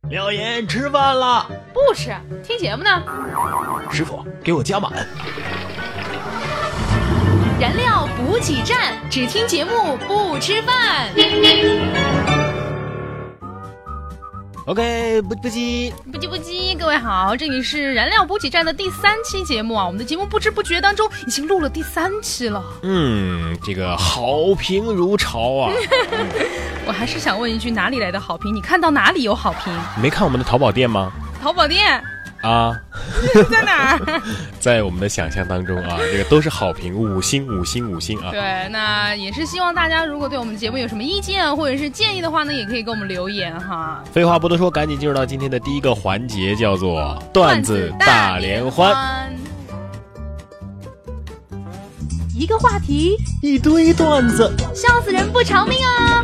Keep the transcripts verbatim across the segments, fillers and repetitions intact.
廖岩吃饭了。 不吃，听节目呢。 师傅，给我加满。 燃料补给站，只听节目不吃饭。 OK， 不不急不急不急，各位好，这里是燃料补给站的第三期节目啊。我们的节目不知不觉当中已经录了第三期了。 嗯，这个好评如潮啊。 我还是想问一句，哪里来的好评？你看到哪里有好评？ 你没看我们的淘宝店吗？ 淘宝店啊， 在哪儿？ 在我们的想象当中啊，这个都是好评，五星五星五星啊。 对，那也是希望大家如果对我们的节目有什么意见或者是建议的话呢，也可以给我们留言哈。 废话不多说，赶紧进入到今天的第一个环节，叫做段子大联欢。 一个话题， 一堆段子， 笑死人不偿命啊！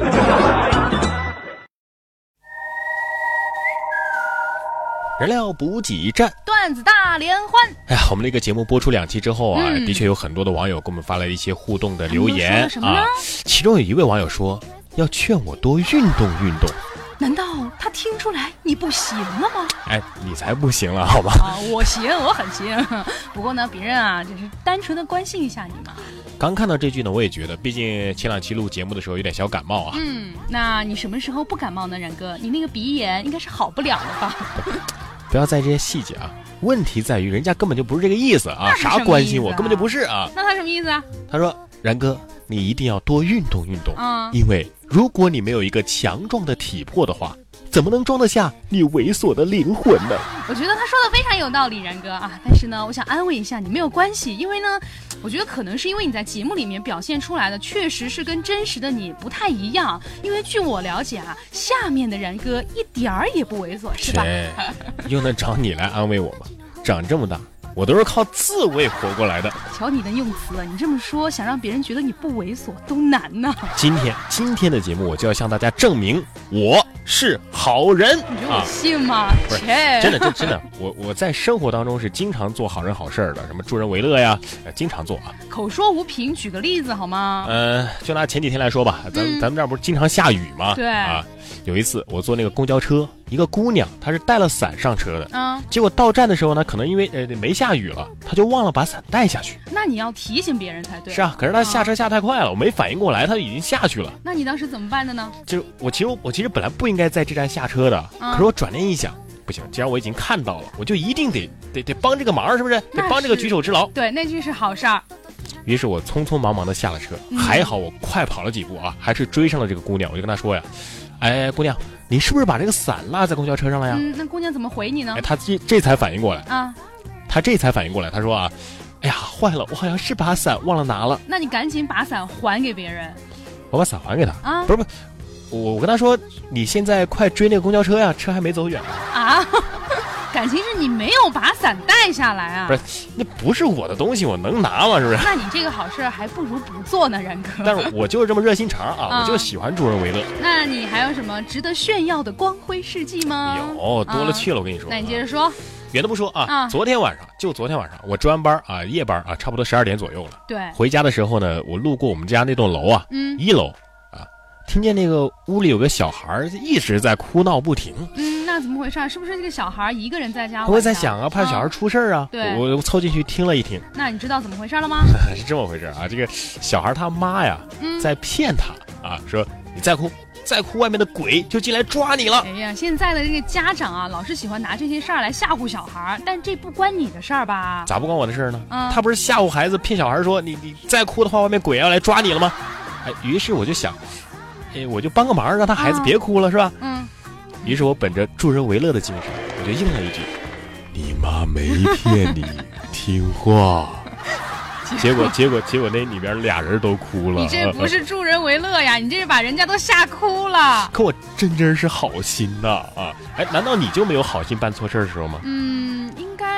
燃料补给站， 段子大联欢。 哎呀，我们这个节目播出两期之后啊，嗯、的确有很多的网友给我们发来了一些互动的留言啊。其中有一位网友说，要劝我多运动运动。 难道他听出来你不行了吗？ 哎，你才不行了，好吧？ 啊，我行，我很行。不过呢，别人啊，只是单纯的关心一下你嘛。 刚看到这句呢，我也觉得，毕竟前两期录节目的时候有点小感冒啊。 嗯，那你什么时候不感冒呢，冉哥？你那个鼻炎应该是好不了了吧？ 不要在这些细节啊，问题在于人家根本就不是这个意思啊，啥关心我根本就不是啊。 那他什么意思啊？ 他说，冉哥，你一定要多运动运动，嗯，因为如果你没有一个强壮的体魄的话，怎么能装得下你猥琐的灵魂呢？ 我觉得他说的非常有道理，然哥啊。但是呢，我想安慰一下你，没有关系，因为呢，我觉得可能是因为你在节目里面表现出来的确实是跟真实的你不太一样。因为据我了解啊，下面的然哥一点儿也不猥琐，是吧？ 用得着你来安慰我吗？长这么大，我都是靠自卫活过来的。 瞧你的用词，你这么说，想让别人觉得你不猥琐都难呢。 今天今天的节目，我就要向大家证明我是好人。 你觉得我信吗？ 啊、不是真的，真真的，我我在生活当中是经常做好人好事的，什么助人为乐呀，呃、经常做啊。 口说无凭，举个例子好吗？ 呃，就拿前几天来说吧，咱、嗯、咱们这儿不是经常下雨吗？ 对啊。有一次我坐那个公交车，一个姑娘她是带了伞上车的，嗯，结果到站的时候呢，可能因为呃没下雨了，她就忘了把伞带下去。 那你要提醒别人才对。 是啊，可是她下车下太快了，我没反应过来，她已经下去了。 那你当时怎么办的呢？ 就我其实我其实本来不应该在这站下车的，嗯、可是我转念一想，不行，既然我已经看到了，我就一定得得得帮这个忙，是不是？得帮这个举手之劳。 对，那句是好事儿。 于是我匆匆忙忙的下了车，嗯、还好我快跑了几步啊，还是追上了这个姑娘。我就跟她说呀，哎，姑娘，你是不是把这个伞落在公交车上了呀？ 嗯，那姑娘怎么回你呢？ 哎，她这这才反应过来啊， 她这才反应过来，她说啊，哎呀，坏了，我好像是把伞忘了拿了。 那你赶紧把伞还给别人。 我把伞还给她啊？ 不是不是，我我跟她说，你现在快追那个公交车呀，车还没走远啊。感情是你没有把伞带下来啊？ 不是，那不是我的东西，我能拿吗？是不是？ 那你这个好事还不如不做呢，然哥。 但是我就是这么热心肠啊，嗯、我就喜欢助人为乐。 那你还有什么值得炫耀的光辉事迹吗？ 有，多了去了，我跟你说。 那你接着说。 远的不说啊， 啊昨天晚上就昨天晚上，我值完班啊，夜班啊，差不多十二点左右了。 对。 回家的时候呢，我路过我们家那栋楼啊，嗯，一楼啊，听见那个屋里有个小孩一直在哭闹不停。 嗯。那怎么回事？是不是这个小孩一个人在家？ 我在想啊，怕小孩出事啊。 嗯、对， 我我凑进去听了一听。 那你知道怎么回事了吗？ 是这么回事啊，这个小孩他妈呀，嗯、在骗他啊，说你再哭，再哭，外面的鬼就进来抓你了。 哎呀，现在的这个家长啊，老是喜欢拿这些事儿来吓唬小孩，但这不关你的事儿吧？ 咋不关我的事儿呢？嗯、他不是吓唬孩子，骗小孩说你你再哭的话，外面鬼要来抓你了吗？哎，于是我就想，哎，我就帮个忙，让他孩子别哭了，啊、是吧？ 嗯。 于是我本着助人为乐的精神，我就应了一句：“你妈没骗你，听话。”结果结果结果那里边俩人都哭了。 你这不是助人为乐呀，你这是把人家都吓哭了。 可我真真是好心呐啊！哎，难道你就没有好心办错事的时候吗？ 嗯，应该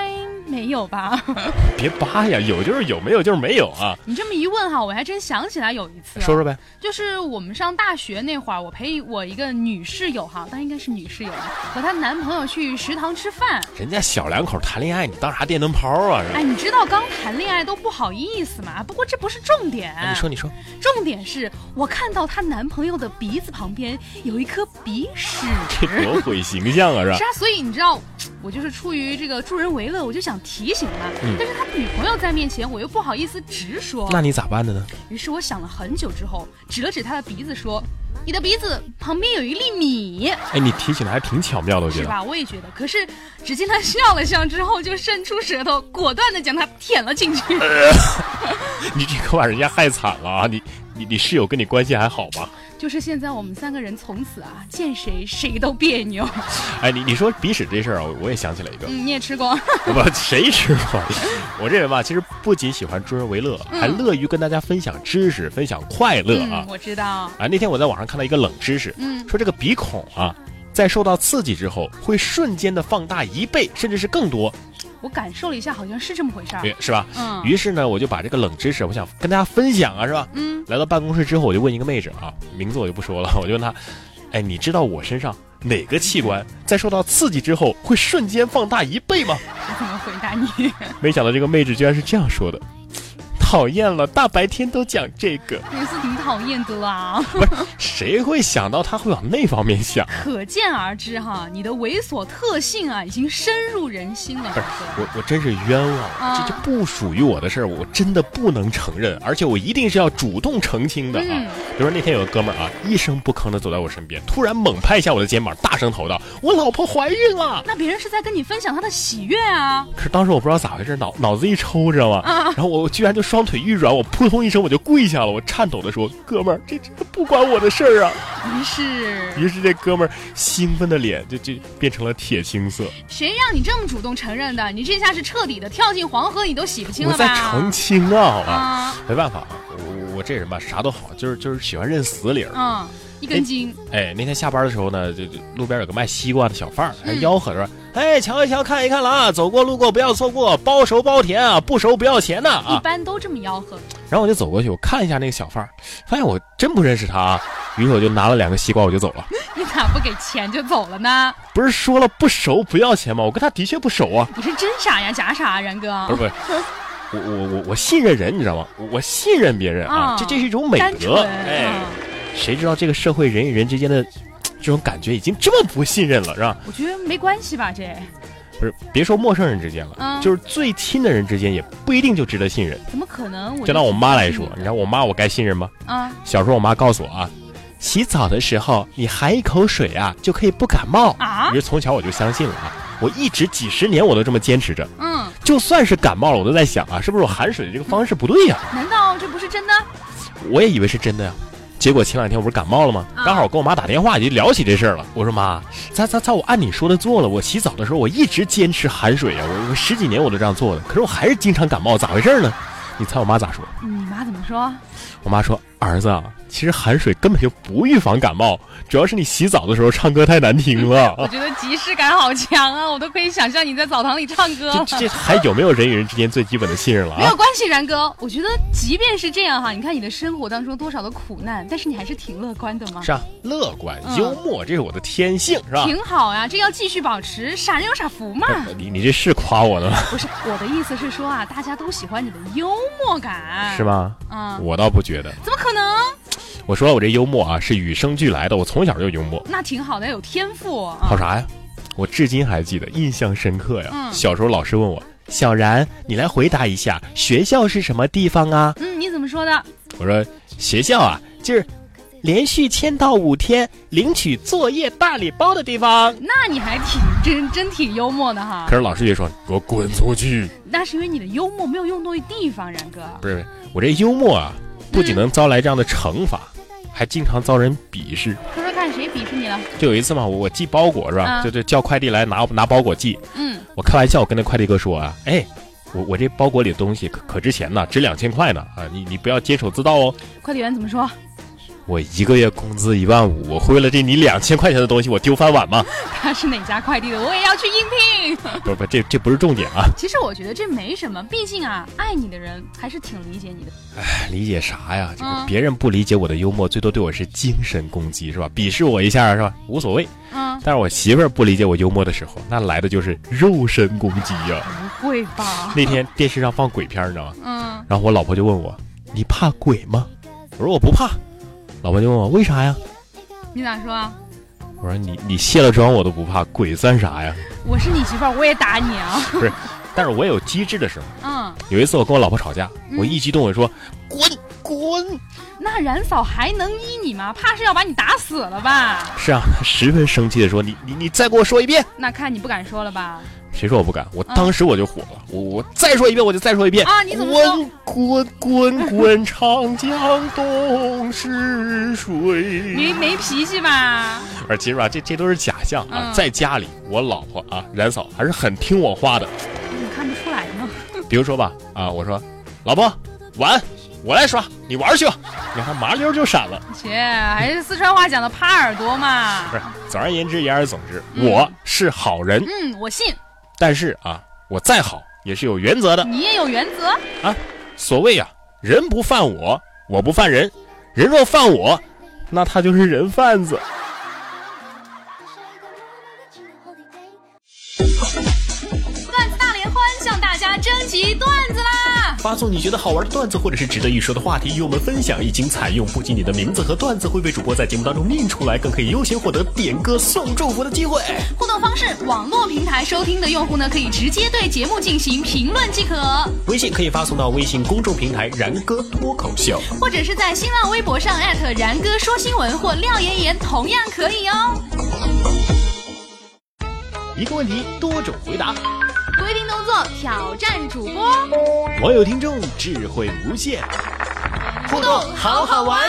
没有吧？ 别扒呀，有就是有，没有就是没有啊。 你这么一问哈，我还真想起来有一次、啊， 说说呗。 就是我们上大学那会儿，我陪我一个女室友哈，当然应该是女室友，和她男朋友去食堂吃饭。 人家小两口谈恋爱，你当啥电灯泡啊？ 哎，你知道刚谈恋爱都不好意思嘛？不过这不是重点。 啊、你说，你说。 重点是我看到她男朋友的鼻子旁边有一颗鼻屎， 这多毁形象啊，是吧？ 是啊，所以你知道，我就是出于这个助人为乐，我就想提醒他，嗯、但是他女朋友在面前，我又不好意思直说。 那你咋办的呢？ 于是我想了很久之后，指了指他的鼻子说：“你的鼻子旁边有一粒米。” 哎，你提醒的还挺巧妙的，我觉得。 是吧？我也觉得。可是，只见他笑了笑之后，就伸出舌头，果断的将它舔了进去。呃、 你这可把人家害惨了啊！你你你室友跟你关系还好吗？ 就是现在我们三个人从此啊，见谁谁都别扭。 哎，你你说鼻屎这事儿啊，我也想起来一个。 嗯，你也吃过？ 不，谁吃过？我这人吧，其实不仅喜欢助人为乐，嗯、还乐于跟大家分享知识、分享快乐啊。 嗯、我知道。 啊，那天我在网上看到一个冷知识， 嗯， 说这个鼻孔啊，在受到刺激之后，会瞬间的放大一倍，甚至是更多。 我感受了一下，好像是这么回事儿， 是吧？ 嗯。 于是呢，我就把这个冷知识，我想跟大家分享啊，是吧？ 嗯。 来到办公室之后，我就问一个妹子啊，名字我就不说了，我就问她，哎，你知道我身上哪个器官在受到刺激之后会瞬间放大一倍吗？ 我怎么回答你？ 没想到这个妹子居然是这样说的。讨厌了，大白天都讲这个， 也是挺讨厌的啦。 不是，谁会想到他会往那方面想？ 可见而知哈，你的猥琐特性啊，已经深入人心了。 不是，我我真是冤枉，啊、这这不属于我的事儿，我真的不能承认，而且我一定是要主动澄清的啊。嗯、比如说那天有个哥们儿啊，一声不吭的走在我身边，突然猛拍一下我的肩膀，大声吼道：“我老婆怀孕了！” 那别人是在跟你分享他的喜悦啊。 可是当时我不知道咋回事，脑脑子一抽，知道吗？ 啊、 然后我居然就双腿一软，我扑通一声我就跪下了，我颤抖的说：“哥们儿，这这不关我的事儿啊！” 于是， 于是这哥们儿兴奋的脸就就变成了铁青色。 谁让你这么主动承认的？你这下是彻底的跳进黄河，你都洗不清了吧？ 我在澄清啊，好吧， 啊、 没办法，我我这人吧啥都好，就是就是喜欢认死理儿。 嗯。一根筋。 哎，那天下班的时候呢，就就路边有个卖西瓜的小贩儿，还吆喝着说：“哎，瞧一瞧，看一看了啊，走过路过不要错过，包熟包甜啊，不熟不要钱呐、啊。” 一般都这么吆喝。 然后我就走过去，我看一下那个小贩儿，发现我真不认识他啊。于是我就拿了两个西瓜，我就走了。 你咋不给钱就走了呢？ 不是说了不熟不要钱吗？我跟他的确不熟啊。 你是真傻呀，假傻啊，然哥？ 不是不是。我我我我信任人，你知道吗？我信任别人啊， 哦、 这这是一种美德。哎。 嗯谁知道这个社会人与人之间的这种感觉已经这么不信任了，是吧？ 我觉得没关系吧，这不是别说陌生人之间了，嗯、就是最亲的人之间也不一定就值得信任。 怎么可能？ 就拿我妈来说，你知道我妈我该信任吗？ 啊， 小时候我妈告诉我啊，洗澡的时候你含一口水啊就可以不感冒啊。 于是从小我就相信了啊，我一直几十年我都这么坚持着。 嗯， 就算是感冒了，我都在想啊，是不是我含水的这个方式不对呀、 啊？难道这不是真的？ 我也以为是真的呀。结果前两天我不是感冒了吗？刚好我跟我妈打电话就聊起这事儿了。我说妈，咋咋咋，我按你说的做了。我洗澡的时候我一直坚持含水啊，我我十几年我都这样做的，可是我还是经常感冒，咋回事呢？你猜我妈咋说？ 你妈怎么说？ 我妈说：“儿子啊，其实含水根本就不预防感冒，主要是你洗澡的时候唱歌太难听了。” 我觉得即视感好强啊，我都可以想象你在澡堂里唱歌。 这这还有没有人与人之间最基本的信任了啊？ 没有关系，然哥，我觉得即便是这样哈，你看你的生活当中多少的苦难，但是你还是挺乐观的嘛。 是啊，乐观、幽默，嗯、这是我的天性，是吧？ 挺好呀、啊，这要继续保持。傻人有傻福嘛。 你你这是夸我呢吗？ 不是，我的意思是说啊，大家都喜欢你的幽默感， 是吗？ 嗯， 我倒不觉得。 怎么可能？ 我说了，我这幽默啊是与生俱来的，我从小就幽默。 那挺好的，有天赋。啊、 好啥呀？我至今还记得，印象深刻呀。 嗯、 小时候老师问我，小然，你来回答一下，学校是什么地方啊？ 嗯，你怎么说的？ 我说学校啊，就是连续签到五天领取作业大礼包的地方。 那你还挺真真挺幽默的哈。 可是老师也说给我滚出去。 那是因为你的幽默没有用对地方，然哥。 不是，我这幽默啊，不仅能招来这样的惩罚。嗯，还经常遭人鄙视。 说说看，谁鄙视你了？ 就有一次嘛，我我寄包裹是吧？啊、就就叫快递来拿拿包裹寄。 嗯， 我开玩笑，我跟那快递哥说啊，哎，我我这包裹里的东西可可值钱呢，值两千块呢啊！你你不要监守自盗哦。 快递员怎么说？ 我一个月工资一万五，我为了这你两千块钱的东西，我丢饭碗吗？ 他是哪家快递的，我也要去应聘。 不不，这这不是重点啊。 其实我觉得这没什么，毕竟啊，爱你的人还是挺理解你的。 哎，理解啥呀？这个嗯别人不理解我的幽默，最多对我是精神攻击，是吧？鄙视我一下是吧？无所谓。 嗯， 但是我媳妇儿不理解我幽默的时候，那来的就是肉身攻击呀、 啊。不会吧？ 那天电视上放鬼片，你知道吗？ 嗯。 然后我老婆就问我：“你怕鬼吗？”我说：“我不怕。”老婆就问我：“为啥呀？” 你咋说啊？ 我说：“你你卸了妆我都不怕，鬼算啥呀？” 我是你媳妇儿，我也打你啊！ 不是，但是我也有机智的时候。 嗯。 有一次我跟我老婆吵架， 嗯、 我一激动我说：“滚滚！” 那冉嫂还能依你吗？怕是要把你打死了吧？ 是啊，她十分生气的说：“你你你再给我说一遍。” 那看你不敢说了吧？ 谁说我不敢？我当时我就火了，嗯、我我再说一遍，我就再说一遍啊！你怎么说？ 滚滚滚滚长江东逝水。 没没脾气吧？ 而其实吧，这这都是假象啊。 嗯、 在家里，我老婆啊，冉嫂还是很听我话的。 你看不出来吗？ 比如说吧，啊，我说，老婆，碗我来刷，你玩去吧。你看麻溜就闪了。 切，还是四川话讲的耙耳朵嘛。 不是，总而言之，言而总之，嗯、我是好人。 嗯，我信。 但是啊，我再好也是有原则的。 你也有原则啊？所谓啊，人不犯我，我不犯人；人若犯我，那他就是人贩子。 段子大联欢向大家征集段子啦！ 发送你觉得好玩的段子或者是值得一说的话题与我们分享，一经采用，不仅你的名字和段子会被主播在节目当中念出来，更可以优先获得点歌送祝福的机会。 互动方式：网络平台收听的用户呢，可以直接对节目进行评论即可； 微信可以发送到微信公众平台然哥脱口秀， 或者是在新浪微博上艾特然哥说新闻或廖妍妍，同样可以哦。 一个问题多种回答， 规定动作挑战主播， 网友听众智慧无限， 互动好好玩。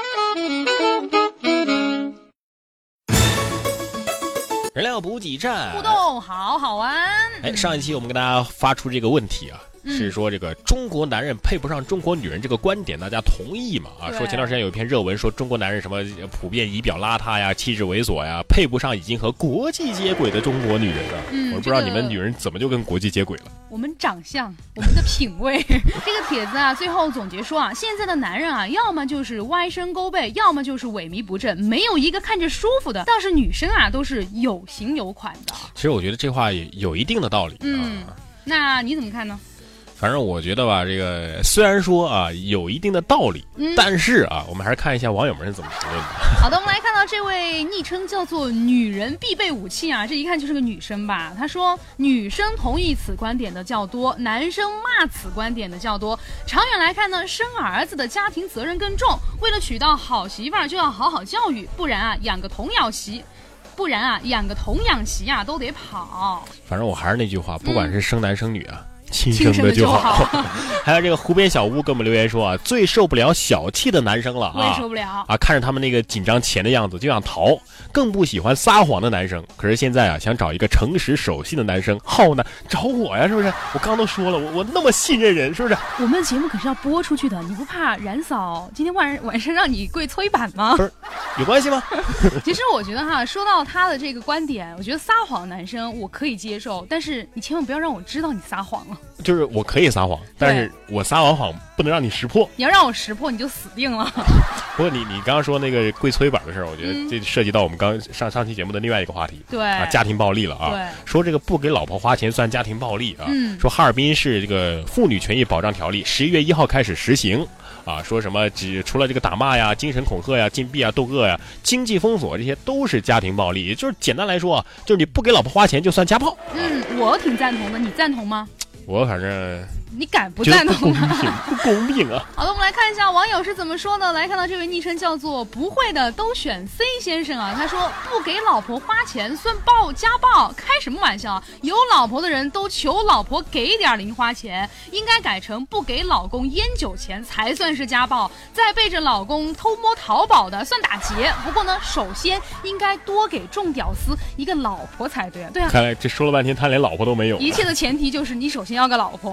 燃料补给站， 互动好好玩。 哎，上一期我们跟大家发出这个问题啊， 嗯、 是说这个中国男人配不上中国女人这个观点，大家同意吗？啊，说前段时间有一篇热文说中国男人什么普遍仪表邋遢呀、气质猥琐呀，配不上已经和国际接轨的中国女人啊。 嗯、 我不知道你们女人怎么就跟国际接轨了。 我们长相，我们的品味。这个帖子啊，最后总结说啊，现在的男人啊，要么就是歪身勾背，要么就是萎靡不振，没有一个看着舒服的。倒是女生啊，都是有型有款的。 其实我觉得这话也有一定的道理啊。 嗯，那你怎么看呢？ 反正我觉得吧，这个虽然说啊有一定的道理， 嗯、 但是啊，我们还是看一下网友们是怎么评论的。 好的，我们来看到这位昵称叫做“女人必备武器”啊，这一看就是个女生吧。她说，女生同意此观点的较多，男生骂此观点的较多。长远来看呢，生儿子的家庭责任更重，为了娶到好媳妇儿就要好好教育，不然啊养个童养媳。不然啊，养个童养媳啊，都得跑。 反正我还是那句话，不管是生男生女啊， 嗯、 亲生的就好。就好还有这个湖边小屋给我们留言说啊，最受不了小气的男生了啊， 我也受不了啊，看着他们那个紧张钱的样子就想逃，更不喜欢撒谎的男生。可是现在啊，想找一个诚实守信的男生，好难找我呀，是不是？我刚刚都说了，我我那么信任人，是不是？ 我们节目可是要播出去的，你不怕冉嫂今天晚晚上让你跪催版吗？ 不是，有关系吗？ 其实我觉得哈，说到他的这个观点，我觉得撒谎男生我可以接受，但是你千万不要让我知道你撒谎了。 就是我可以撒谎，但是我撒完谎不能让你识破。 你要让我识破，你就死定了。 不过你你刚刚说那个跪催版的事儿，我觉得这涉及到我们刚上上期节目的另外一个话题， 对啊，家庭暴力了啊。 对， 说这个不给老婆花钱算家庭暴力啊。 嗯， 说哈尔滨市这个妇女权益保障条例十一月一号开始实行。啊，说什么只除了这个打骂呀、精神恐吓呀、禁闭啊、斗恶呀、经济封锁，这些都是家庭暴力。也就是简单来说啊，就是你不给老婆花钱就算家暴。 嗯，我挺赞同的，你赞同吗？ 我反正你敢不赞同吗？不公平，不公平啊！ 好的，我们来看一下网友是怎么说的。来看到这位昵称叫做不会的都选 C 先生啊，他说不给老婆花钱算暴家暴，开什么玩笑？有老婆的人都求老婆给点零花钱，应该改成不给老公烟酒钱才算是家暴，再背着老公偷摸淘宝的算打劫。不过呢，首先应该多给众屌丝一个老婆才对啊！对啊， 看来这说了半天他连老婆都没有。 一切的前提就是你首先要个老婆。 啊，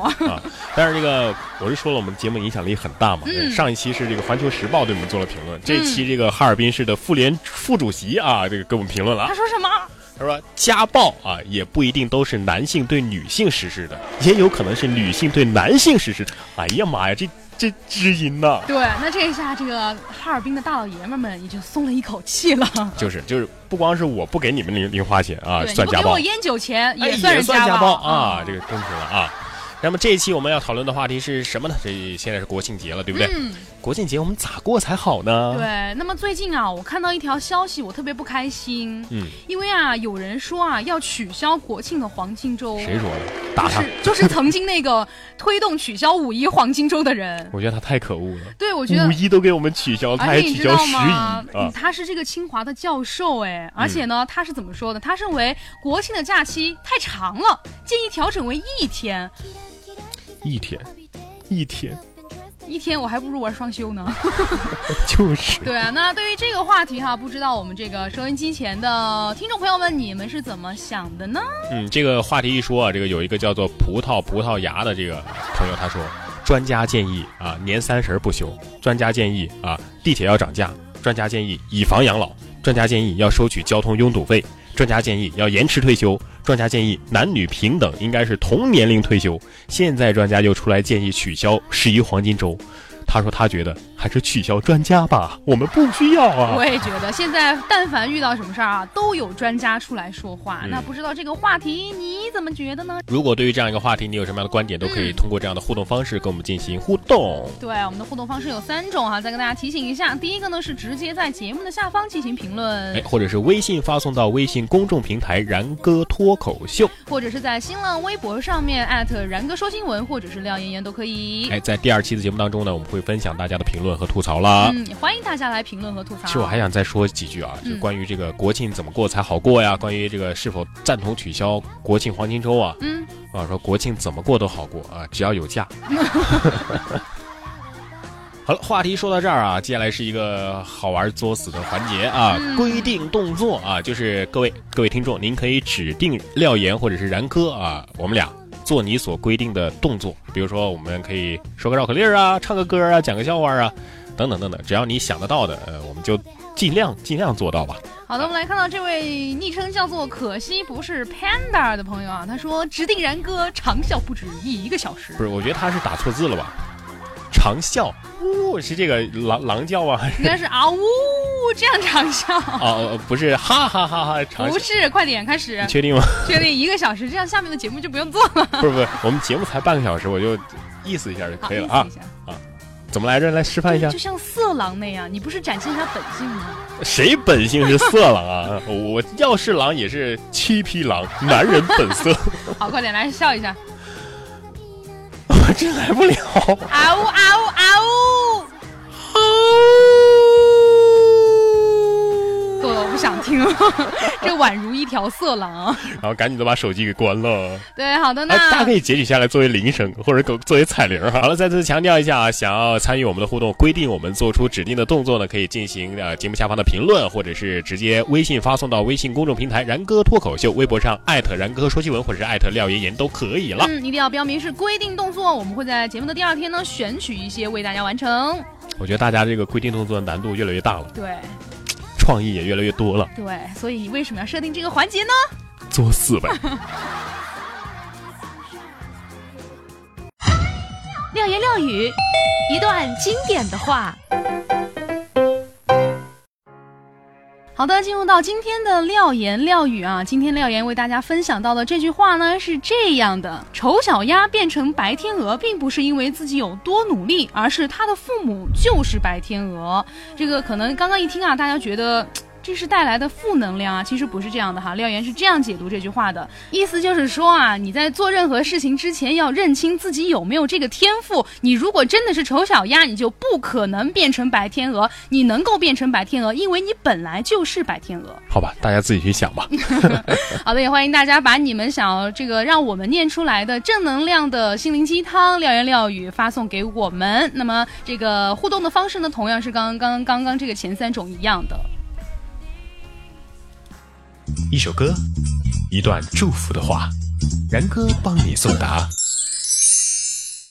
但是这个我是说了，我们节目影响力很大嘛。嗯、上一期是这个《环球时报》对我们做了评论，这期这个哈尔滨市的妇联副主席啊，这个给我们评论了。 他说什么？ 他说家暴啊，也不一定都是男性对女性实施的，也有可能是女性对男性实施的。哎呀妈呀，这这知音呐！ 对，那这一下这个哈尔滨的大老爷们们也就松了一口气了。 就是就是，不光是我不给你们零零花钱啊，算家暴； 你不给我烟酒钱也算是家暴、 哎、家暴啊，这个公平了啊。那么这一期我们要讨论的话题是什么呢？这现在是国庆节了，对不对？嗯，国庆节我们咋过才好呢？ 对，那么最近啊，我看到一条消息，我特别不开心。嗯，因为啊，有人说啊，要取消国庆的黄金周。 谁说的？打他！ 就是就是曾经那个推动取消五一黄金周的人。 我觉得他太可恶了。 对，我觉得五一都给我们取消，他还取消十一啊！ 他是这个清华的教授哎，而且呢，他是怎么说的？他认为国庆的假期太长了，建议调整为一天。 一天，一天， 一天，我还不如玩双休呢。 就是。 对啊，那对于这个话题哈，不知道我们这个收音机前的听众朋友们，你们是怎么想的呢？ 嗯，这个话题一说啊，这个有一个叫做葡萄葡萄牙的这个朋友他说，专家建议啊，年三十不休；专家建议啊，地铁要涨价；专家建议以房养老；专家建议要收取交通拥堵费；专家建议要延迟退休。专家建议男女平等，应该是同年龄退休。现在专家又出来建议取消十一黄金周。他说他觉得还是取消专家吧，我们不需要啊。 我也觉得现在但凡遇到什么事儿啊，都有专家出来说话、嗯、那不知道这个话题你怎么觉得呢？ 如果对于这样一个话题你有什么样的观点，都可以通过这样的互动方式跟我们进行互动、 嗯、对，我们的互动方式有三种哈，再跟大家提醒一下。第一个呢是直接在节目的下方进行评论， 哎，或者是微信发送到微信公众平台然哥脱口秀， 或者是在新浪微博上面艾特然哥说新闻，或者是廖妍妍都可以。 哎，在第二期的节目当中呢，我们会分享大家的评论和吐槽啦。 嗯，欢迎大家来评论和吐槽。 其实我还想再说几句啊，就关于这个国庆怎么过才好过呀，嗯、关于这个是否赞同取消国庆黄金周啊，嗯，啊，说国庆怎么过都好过啊，只要有假。好了，话题说到这儿啊，接下来是一个好玩作死的环节啊，嗯、规定动作啊，就是各位各位听众，您可以指定廖岩或者是然哥啊，我们俩做你所规定的动作，比如说我们可以说个绕口令啊，唱个歌啊，讲个笑话啊，等等等等，只要你想得到的，呃，我们就尽量尽量做到吧。 好的，我们来看到这位昵称叫做可惜不是 Panda 的朋友啊，他说指定然哥长啸不止一个小时。 不是，我觉得他是打错字了吧？长啸，呜，是这个狼狼叫啊？ 应该是啊呜这样长啸。 哦，不是哈哈哈哈长啸。 不是，快点开始。 你确定吗？ 确定，一个小时，这样下面的节目就不用做了。 不是不是，我们节目才半个小时，我就意思一下就可以了啊啊！怎么来着？来示范一下。 就像色狼那样，你不是展现他本性吗？ 谁本性是色狼啊？我要是狼也是七匹狼，男人本色。 好，快点来笑一下。 我真来不了。 啊呜啊呜啊呜！够了，我不想听了。这宛如一条色狼。 然后赶紧都把手机给关了。 对，好的，那、 啊、大家可以截取下来作为铃声，或者作为彩铃。好了，再次强调一下啊，想要参与我们的互动，规定我们做出指定的动作呢，可以进行呃节目下方的评论，或者是直接微信发送到微信公众平台然哥脱口秀，微博上艾特然哥说新闻，或者是艾特廖妍妍都可以了。 嗯，一定要标明是规定动作，我们会在节目的第二天呢选取一些为大家完成。 我觉得大家这个规定动作的难度越来越大了。 对。 创意也越来越多了。 对，所以为什么要设定这个环节呢？ 作死呗。 廖言廖语，一段经典的话。好的，进入到今天的廖言廖语啊，今天廖言为大家分享到的这句话呢是这样的：丑小鸭变成白天鹅，并不是因为自己有多努力，而是他的父母就是白天鹅。这个可能刚刚一听啊，大家觉得这是带来的负能量啊，其实不是这样的哈。廖言是这样解读这句话的，意思就是说啊，你在做任何事情之前要认清自己有没有这个天赋。你如果真的是丑小鸭，你就不可能变成白天鹅。你能够变成白天鹅，因为你本来就是白天鹅。 好吧，大家自己去想吧。 好的，也欢迎大家把你们想要这个让我们念出来的正能量的心灵鸡汤、廖言廖语发送给我们。那么这个互动的方式呢，同样是刚刚刚刚这个前三种一样的。 一首歌，一段祝福的话，然哥帮你送达。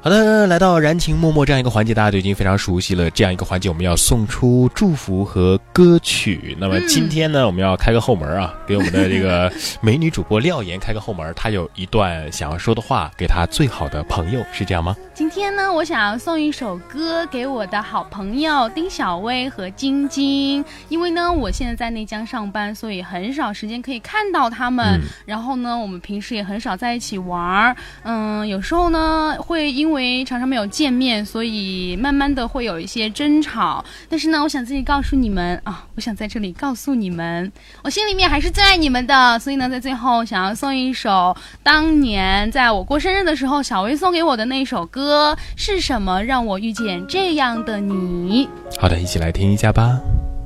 好的，来到燃情脉脉这样一个环节，大家都已经非常熟悉了。这样一个环节，我们要送出祝福和歌曲。那么今天呢，嗯、我们要开个后门啊，给我们的这个美女主播廖岩开个后门。她有一段想要说的话，给她最好的朋友，是这样吗？ 今天呢，我想要送一首歌给我的好朋友丁小薇和晶晶，因为呢，我现在在内江上班，所以很少时间可以看到他们。嗯、然后呢，我们平时也很少在一起玩，嗯，有时候呢，会因为常常没有见面，所以慢慢的会有一些争吵。但是呢，我想自己告诉你们啊，我想在这里告诉你们，我心里面还是最爱你们的。所以呢，在最后想要送一首当年在我过生日的时候，小薇送给我的那首歌。歌是什么让我遇见这样的你？ 好的，一起来听一下吧。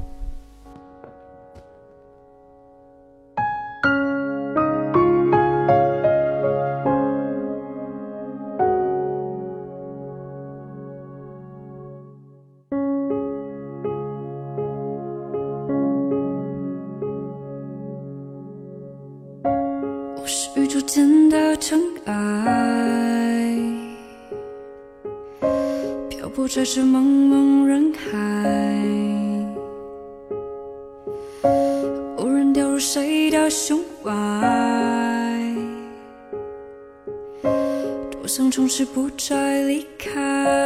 我是宇宙间的尘埃，漂泊在这茫茫人海，偶然掉入谁的胸怀，多想从此不再离开。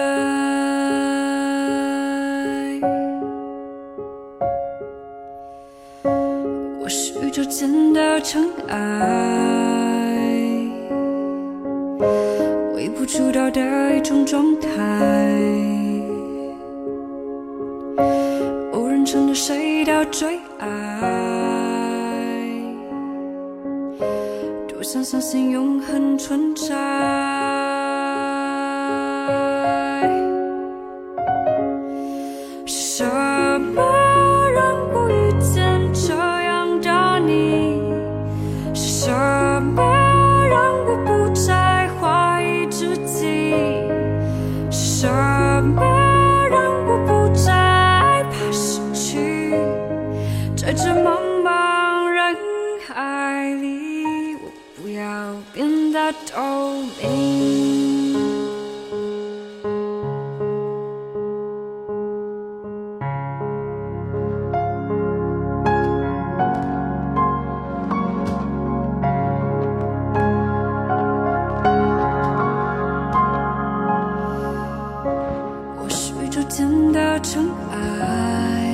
我是宇宙间的尘埃，微不足道的一种状态，偶然成了谁的最爱，多想相信永恒存在。什么让我遇见这样的你？是什么让我不再怀疑自己？是什么让我不再害怕失去？在这茫茫人海里，我不要变得透明。间的尘埃，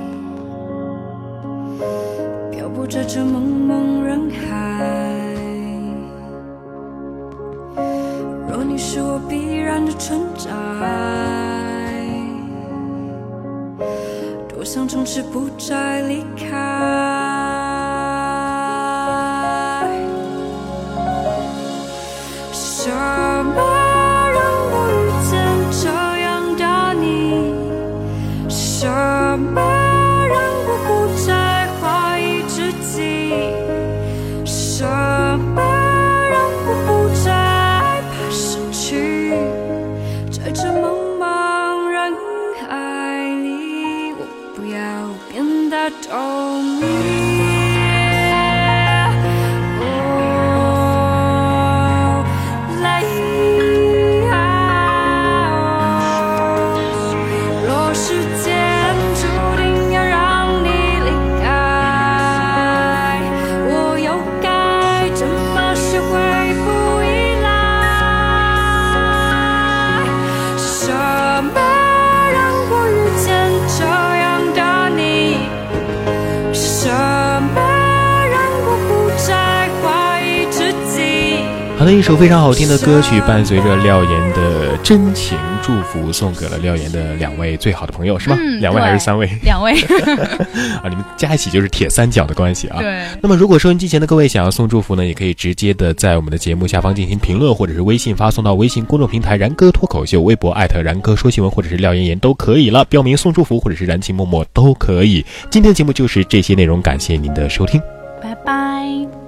漂泊在这茫茫人海，若你是我必然的存在，多想从此不再离开。什么什么让我不再怀疑自己？什么让我不再害怕失去？在这茫茫人海里，我不要变得透明。 好的，一首非常好听的歌曲，伴随着廖岩的真情祝福，送给了廖岩的两位最好的朋友，是吗？嗯、两位还是三位？ 两位啊，你们加一起就是铁三角的关系啊。 对。 那么，如果收音机前的各位想要送祝福呢，也可以直接的在我们的节目下方进行评论，或者是微信发送到微信公众平台然哥脱口秀，微博艾特然哥说新闻，或者是廖岩岩都可以了，标明送祝福或者是燃情脉脉都可以。今天的节目就是这些内容，感谢您的收听， 拜拜。